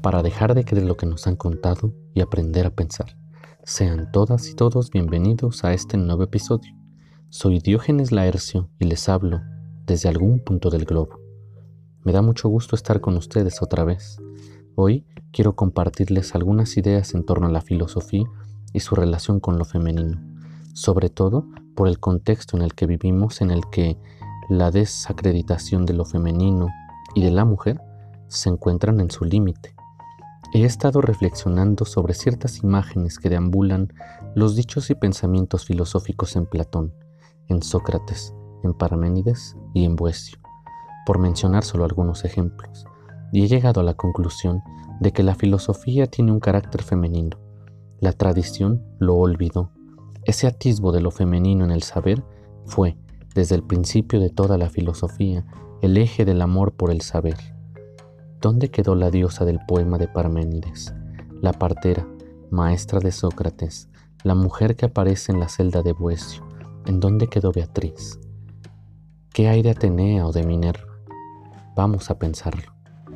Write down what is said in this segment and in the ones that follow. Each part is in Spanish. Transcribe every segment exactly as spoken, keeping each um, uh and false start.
para dejar de creer lo que nos han contado y aprender a pensar. Sean todas y todos bienvenidos a este nuevo episodio. Soy Diógenes Laercio y les hablo desde algún punto del globo. Me da mucho gusto estar con ustedes otra vez. Hoy quiero compartirles algunas ideas en torno a la filosofía y su relación con lo femenino, sobre todo por el contexto en el que vivimos, en el que la desacreditación de lo femenino y de la mujer se encuentran en su límite. He estado reflexionando sobre ciertas imágenes que deambulan los dichos y pensamientos filosóficos en Platón, en Sócrates, en Parménides y en Boecio, por mencionar solo algunos ejemplos, y he llegado a la conclusión de que la filosofía tiene un carácter femenino. La tradición lo olvidó. Ese atisbo de lo femenino en el saber fue, desde el principio de toda la filosofía, el eje del amor por el saber. ¿Dónde quedó la diosa del poema de Parménides, la partera, maestra de Sócrates, la mujer que aparece en la celda de Boecio? ¿En dónde quedó Beatriz? ¿Qué hay de Atenea o de Minerva? Vamos a pensarlo.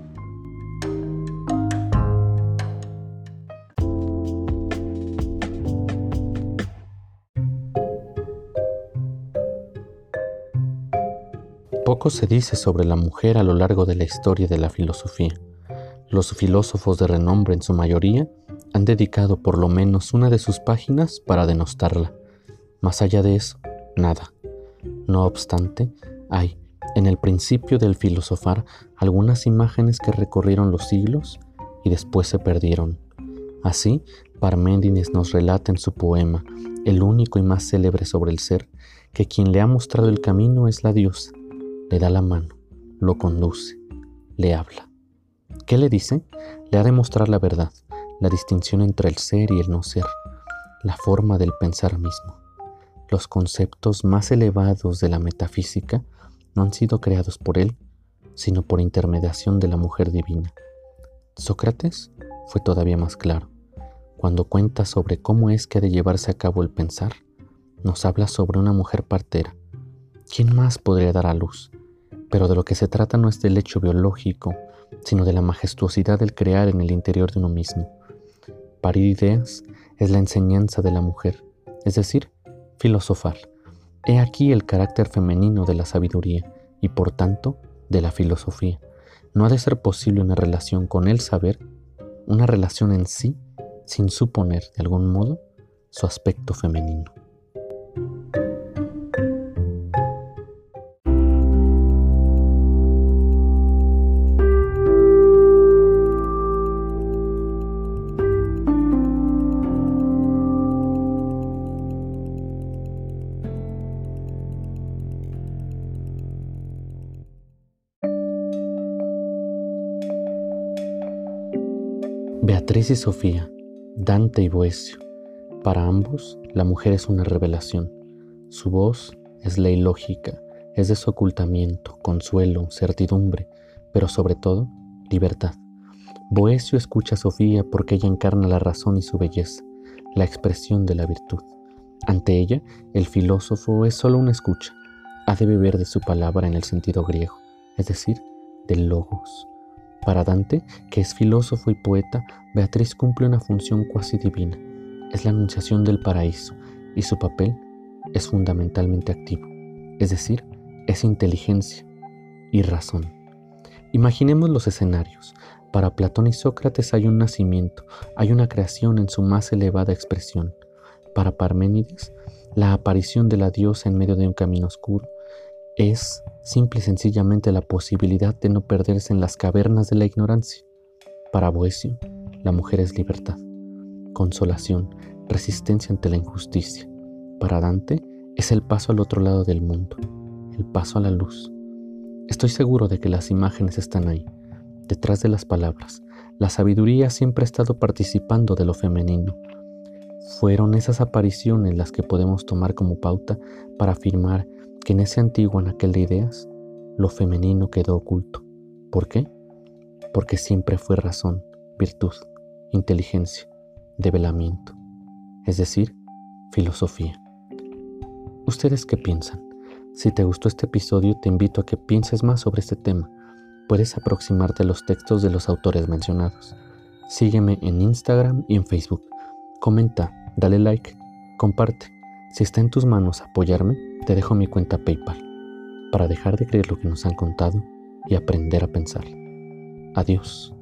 Poco se dice sobre la mujer a lo largo de la historia de la filosofía. Los filósofos de renombre, en su mayoría, han dedicado por lo menos una de sus páginas para denostarla. Más allá de eso, nada. No obstante, hay, en el principio del filosofar, algunas imágenes que recorrieron los siglos y después se perdieron. Así, Parménides nos relata en su poema, el único y más célebre sobre el ser, que quien le ha mostrado el camino es la diosa. Le da la mano, lo conduce, le habla. ¿Qué le dice? Le ha de mostrar la verdad, la distinción entre el ser y el no ser, la forma del pensar mismo. Los conceptos más elevados de la metafísica no han sido creados por él, sino por intermediación de la mujer divina. Sócrates fue todavía más claro. Cuando cuenta sobre cómo es que ha de llevarse a cabo el pensar, nos habla sobre una mujer partera. ¿Quién más podría dar a luz? Pero de lo que se trata no es del hecho biológico, sino de la majestuosidad del crear en el interior de uno mismo. Parir ideas es la enseñanza de la mujer, es decir, filosofar. He aquí el carácter femenino de la sabiduría y, por tanto, de la filosofía. No ha de ser posible una relación con el saber, una relación en sí, sin suponer, de algún modo, su aspecto femenino. Beatriz y Sofía, Dante y Boecio. Para ambos, la mujer es una revelación. Su voz es ley lógica, es desocultamiento, consuelo, certidumbre, pero sobre todo, libertad. Boecio escucha a Sofía porque ella encarna la razón y su belleza, la expresión de la virtud. Ante ella, el filósofo es solo una escucha. Ha de beber de su palabra en el sentido griego, es decir, del logos. Para Dante, que es filósofo y poeta, Beatriz cumple una función cuasi divina. Es la anunciación del paraíso y su papel es fundamentalmente activo, es decir, es inteligencia y razón. Imaginemos los escenarios. Para Platón y Sócrates hay un nacimiento, hay una creación en su más elevada expresión. Para Parménides, la aparición de la diosa en medio de un camino oscuro es simple y sencillamente la posibilidad de no perderse en las cavernas de la ignorancia. Para Boecio, la mujer es libertad, consolación, resistencia ante la injusticia. Para Dante, es el paso al otro lado del mundo, el paso a la luz. Estoy seguro de que las imágenes están ahí, detrás de las palabras. La sabiduría siempre ha estado participando de lo femenino. Fueron esas apariciones las que podemos tomar como pauta para afirmar que en ese antiguo anaquel de ideas, lo femenino quedó oculto. ¿Por qué? Porque siempre fue razón, virtud, inteligencia, develamiento, es decir, filosofía. ¿Ustedes qué piensan? Si te gustó este episodio, te invito a que pienses más sobre este tema. Puedes aproximarte a los textos de los autores mencionados. Sígueme en Instagram y en Facebook. Comenta, dale like, comparte. Si está en tus manos apoyarme, te dejo mi cuenta PayPal para dejar de creer lo que nos han contado y aprender a pensar. Adiós.